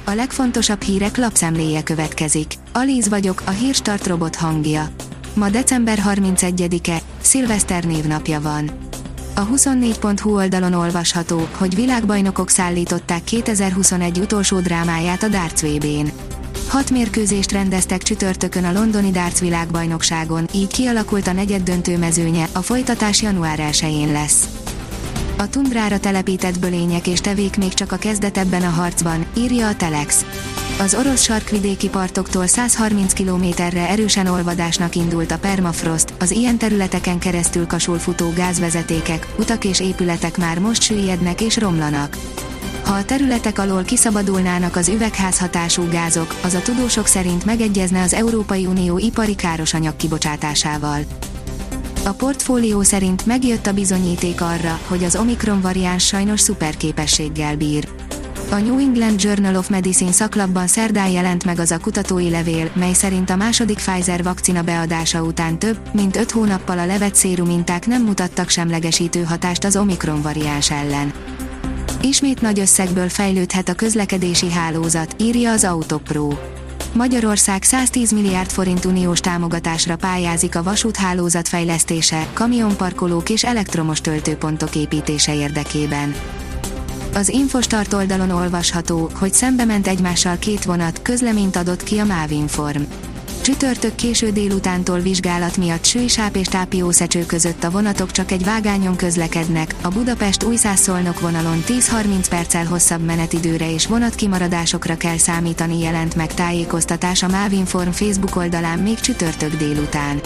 A legfontosabb hírek lapszemléje következik. Alíz vagyok, a Hírstart robot hangja. Ma december 31-e, szilveszter névnapja van. A 24.hu oldalon olvasható, hogy világbajnokok szállították 2021 utolsó drámáját a darts VB-n. 6 mérkőzést rendeztek csütörtökön a londoni darts világbajnokságon, így kialakult a negyeddöntő mezőnye, a folytatás január 1-én lesz. A tundrára telepített bölények és tevék még csak a kezdet ebben a harcban, írja a Telex. Az orosz sarkvidéki partoktól 130 kilométerre erősen olvadásnak indult a permafrost, az ilyen területeken keresztül kasul futó gázvezetékek, utak és épületek már most süllyednek és romlanak. Ha a területek alól kiszabadulnának az üvegházhatású gázok, az a tudósok szerint megegyezne az Európai Unió ipari károsanyag kibocsátásával. A portfólió szerint megjött a bizonyíték arra, hogy az Omikron variáns sajnos szuperképességgel bír. A New England Journal of Medicine szaklapban szerdán jelent meg az a kutatói levél, mely szerint a második Pfizer vakcina beadása után több, mint 5 hónappal a levett széruminták nem mutattak semlegesítő hatást az Omikron variáns ellen. Ismét nagy összegből fejlődhet a közlekedési hálózat, írja az Autopro. Magyarország 110 milliárd forint uniós támogatásra pályázik a vasúthálózat fejlesztése, kamionparkolók és elektromos töltőpontok építése érdekében. Az Infostart oldalon olvasható, hogy szembement egymással 2 vonat, közleményt adott ki a Mávinform. Csütörtök késő délutántól vizsgálat miatt Sülysáp és Tápiószecső között a vonatok csak egy vágányon közlekednek, a Budapest-Újszászolnok vonalon 10-30 perccel hosszabb menetidőre és vonatkimaradásokra kell számítani, jelent meg tájékoztatás a Mávinform Facebook oldalán még csütörtök délután.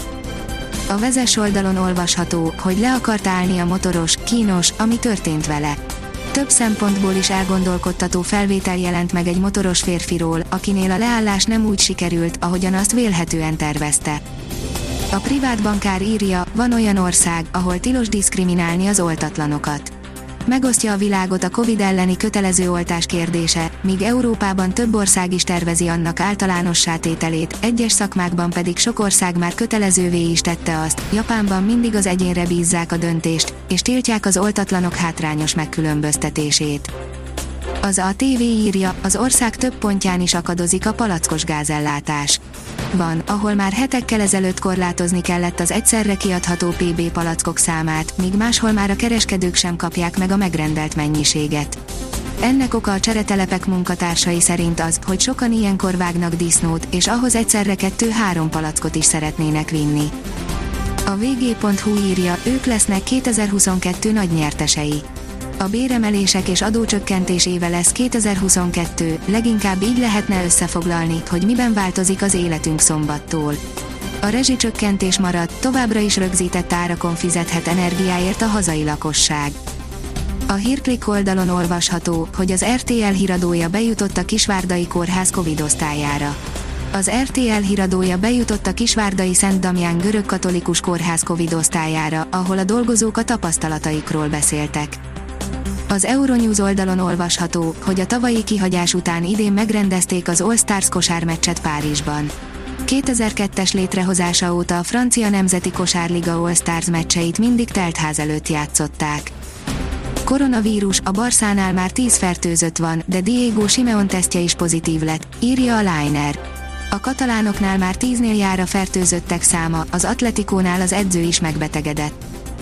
A Vezess oldalon olvasható, hogy le akart állni a motoros, kínos, ami történt vele. Több szempontból is elgondolkodtató felvétel jelent meg egy motoros férfiról, akinél a leállás nem úgy sikerült, ahogyan azt vélhetően tervezte. A privát bankár írja, van olyan ország, ahol tilos diszkriminálni az oltatlanokat. Megosztja a világot a Covid elleni kötelező oltás kérdése, míg Európában több ország is tervezi annak általánossá tételét, egyes szakmákban pedig sok ország már kötelezővé is tette azt. Japánban mindig az egyénre bízzák a döntést, és tiltják az oltatlanok hátrányos megkülönböztetését. Az ATV írja, az ország több pontján is akadozik a palackos gázellátás. Van, ahol már hetekkel ezelőtt korlátozni kellett az egyszerre kiadható PB palackok számát, míg máshol már a kereskedők sem kapják meg a megrendelt mennyiséget. Ennek oka a cseretelepek munkatársai szerint az, hogy sokan ilyenkor vágnak disznót, és ahhoz egyszerre 2-3 palackot is szeretnének vinni. A vg.hu írja, ők lesznek 2022 nagy nyertesei. A béremelések és adócsökkentés éve lesz 2022, leginkább így lehetne összefoglalni, hogy miben változik az életünk szombattól. A rezsicsökkentés maradt, továbbra is rögzített árakon fizethet energiáért a hazai lakosság. A Hírklik oldalon olvasható, hogy az RTL híradója bejutott a Kisvárdai Kórház Covid osztályára. Az RTL híradója bejutott a Kisvárdai Szent Damján Görögkatolikus Kórház Covid osztályára, ahol a dolgozók a tapasztalataikról beszéltek. Az Euronews oldalon olvasható, hogy a tavalyi kihagyás után idén megrendezték az All Stars kosármeccset Párizsban. 2002-es létrehozása óta a francia nemzeti kosárliga All Stars meccseit mindig teltház előtt játszották. Koronavírus, a Barszánál már 10 fertőzött van, de Diego Simeone tesztje is pozitív lett, írja a Liner. A katalánoknál már 10-nél jár a fertőzöttek száma, az Atleticónál az edző is megbetegedett.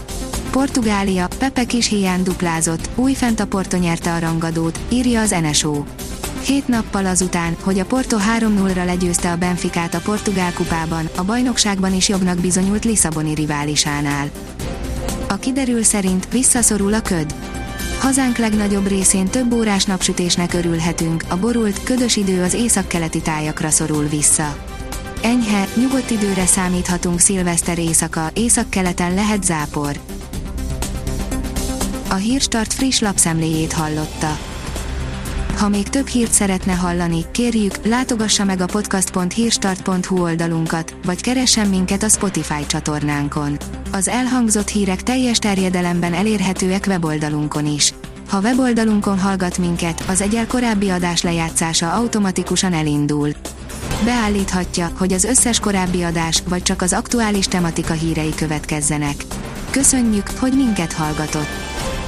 Portugália, Pepe kis hiány duplázott, újfent a Porto nyerte a rangadót, írja az NSO. 7 nappal azután, hogy a Porto 3-0-ra legyőzte a Benficát a portugál kupában, a bajnokságban is jobbnak bizonyult Lisszaboni riválisánál. A kiderül szerint visszaszorul a köd. Hazánk legnagyobb részén több órás napsütésnek örülhetünk, a borult, ködös idő az északkeleti tájakra szorul vissza. Enyhe, nyugodt időre számíthatunk szilveszter éjszaka, északkeleten lehet zápor. A Hírstart friss lapszemléjét hallotta. Ha még több hírt szeretne hallani, kérjük, látogassa meg a podcast.hírstart.hu oldalunkat, vagy keressen minket a Spotify csatornánkon. Az elhangzott hírek teljes terjedelemben elérhetőek weboldalunkon is. Ha weboldalunkon hallgat minket, az egyel korábbi adás lejátszása automatikusan elindul. Beállíthatja, hogy az összes korábbi adás, vagy csak az aktuális tematika hírei következzenek. Köszönjük, hogy minket hallgatott!